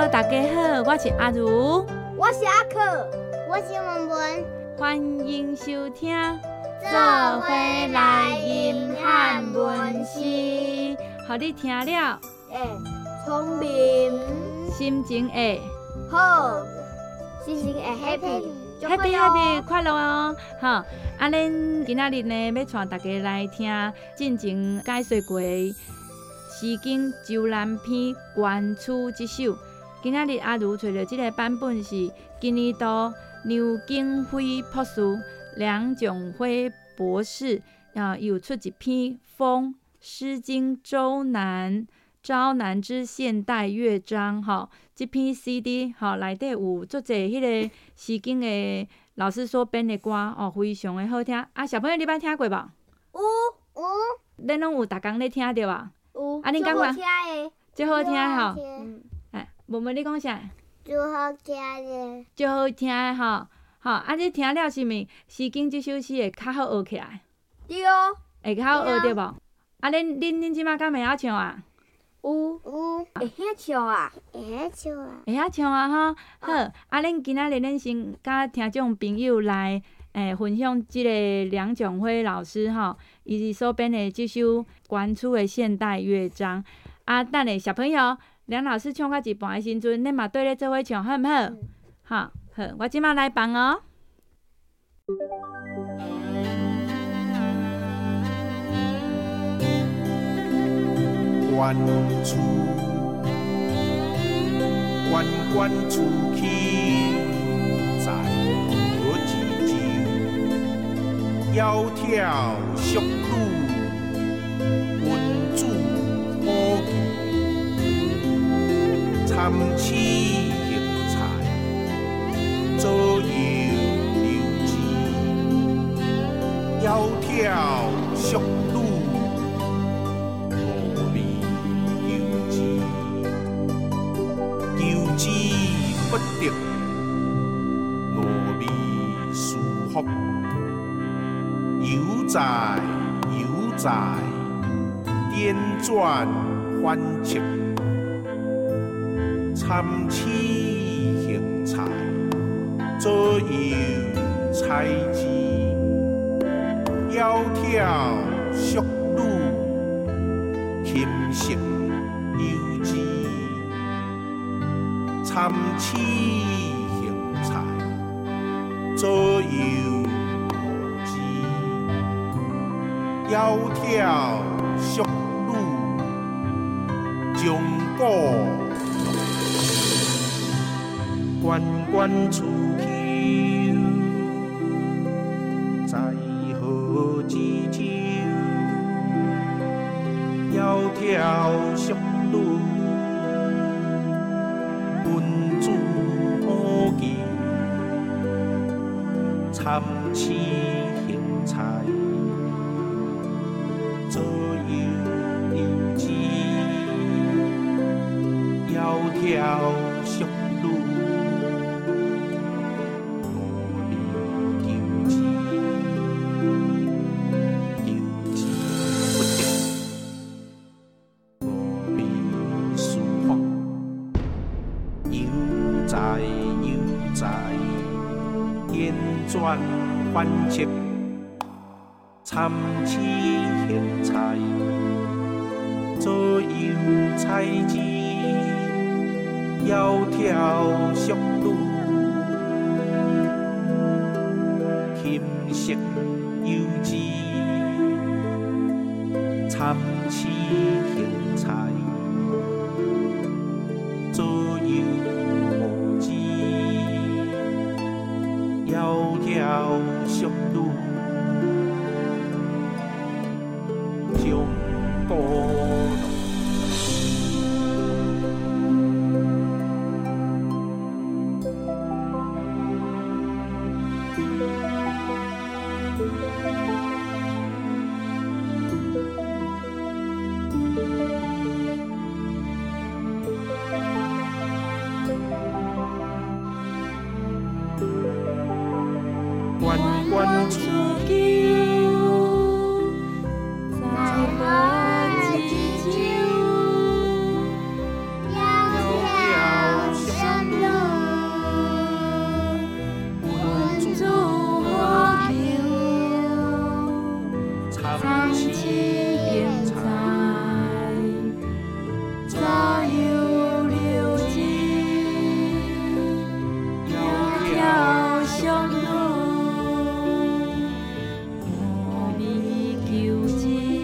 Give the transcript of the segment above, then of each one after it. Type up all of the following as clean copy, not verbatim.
大家好，我是阿如， 我是阿可， 我是文文， 欢迎收听做伙来吟汉文诗， 互你听了会聪明， 心情会好，心情会 happy 快乐哦！好，咱今仔日呢，要带大家来听进前解说过《诗经·周南篇·关雎》这首。今仔日阿如找到这个版本是今年度牛景辉博士、梁炯辉博士有出一篇《风·诗经·周南》。朝南之现代乐章，这篇 CD 内底有足侪迄个诗经的老师所编的歌非常的好听。小朋友你捌听过无？ 有， 恁拢有逐工咧听着吧？ 有， 你感觉？最好听吼。文文你讲啥？ 最好听的。 最好听的吼。你听了是毋？诗经这首诗会较好学起来。 对。 会较好学着无？恁即摆敢会晓唱啊？ 有，会晓唱啊？ 会晓唱啊？ 会晓唱啊吼！好，恁今仔日恁先甲听众朋友来分享即个梁炯辉老师伊所编的即首《关雎》的现代乐章。等下小朋友，梁老师唱到一半的时阵，恁嘛对咧做伙唱，好毋好？好，我即马来放哦。 关雎，关关雎起，在河之洲。窈窕淑女，君子好逑。参差荇菜，左右流之。窈窕淑女。之不得，罗眉舒服。犹在，颠转反侧。参差荇菜，左右采之。窈窕淑女，琴瑟友之。参差荇菜，左右舞之。窈窕淑女，钟鼓关关雎起，在河之洲。窈窕淑女。君子好逑，参差荇菜，左右流之。窈窕淑女，罗眉丢之，丢之不得，罗眉舒服。犹在，颠转反侧。参差荇菜，左右采之。窈窕淑女，琴瑟友之。参差荇菜，左右舞之。窈窕淑女，钟鼓关关雎鸠，在河之起兴彩，左右流金，窈窕淑女，无味求之，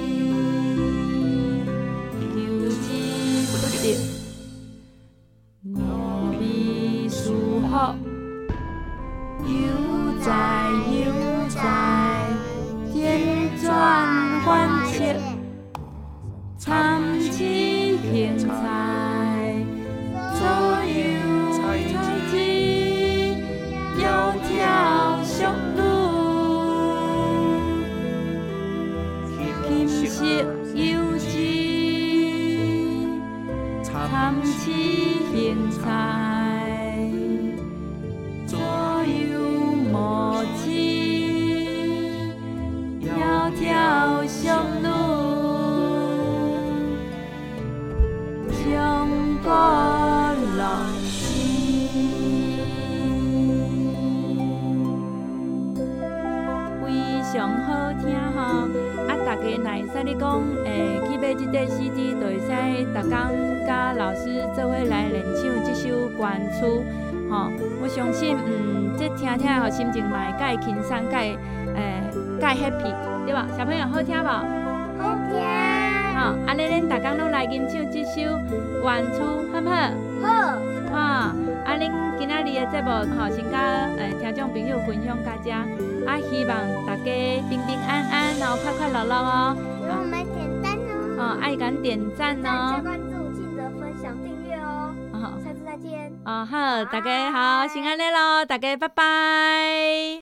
求之不得，无味舒服。悠哉悠哉，点转反侧，参差荇菜，左右采之，窈窕淑女，琴瑟幽之，参差荇菜。左右无知，窈窕淑女，唱歌乐事。非常好听吼！啊，大家若会使你讲，去买这块 CD， 就会使逐工甲老师做伙来练唱这首歌曲。吼，我相信，这听互心情嘛会介轻松，介 happy， 对吧？小朋友好听无？ 好听。 吼，安尼咱逐工拢来吟唱这首原曲，好不好？ 好。 吼，啊，恁今仔日的节目吼，先甲听众朋友分享到这，啊，希望大家平平安安，然后快快乐乐哦。 给我们点赞哦。 哦，爱敢点赞哦。 关注，记得分享订阅哦。 哦， 下次再见。 哦，好，大家好，先安尼咯，大家拜拜。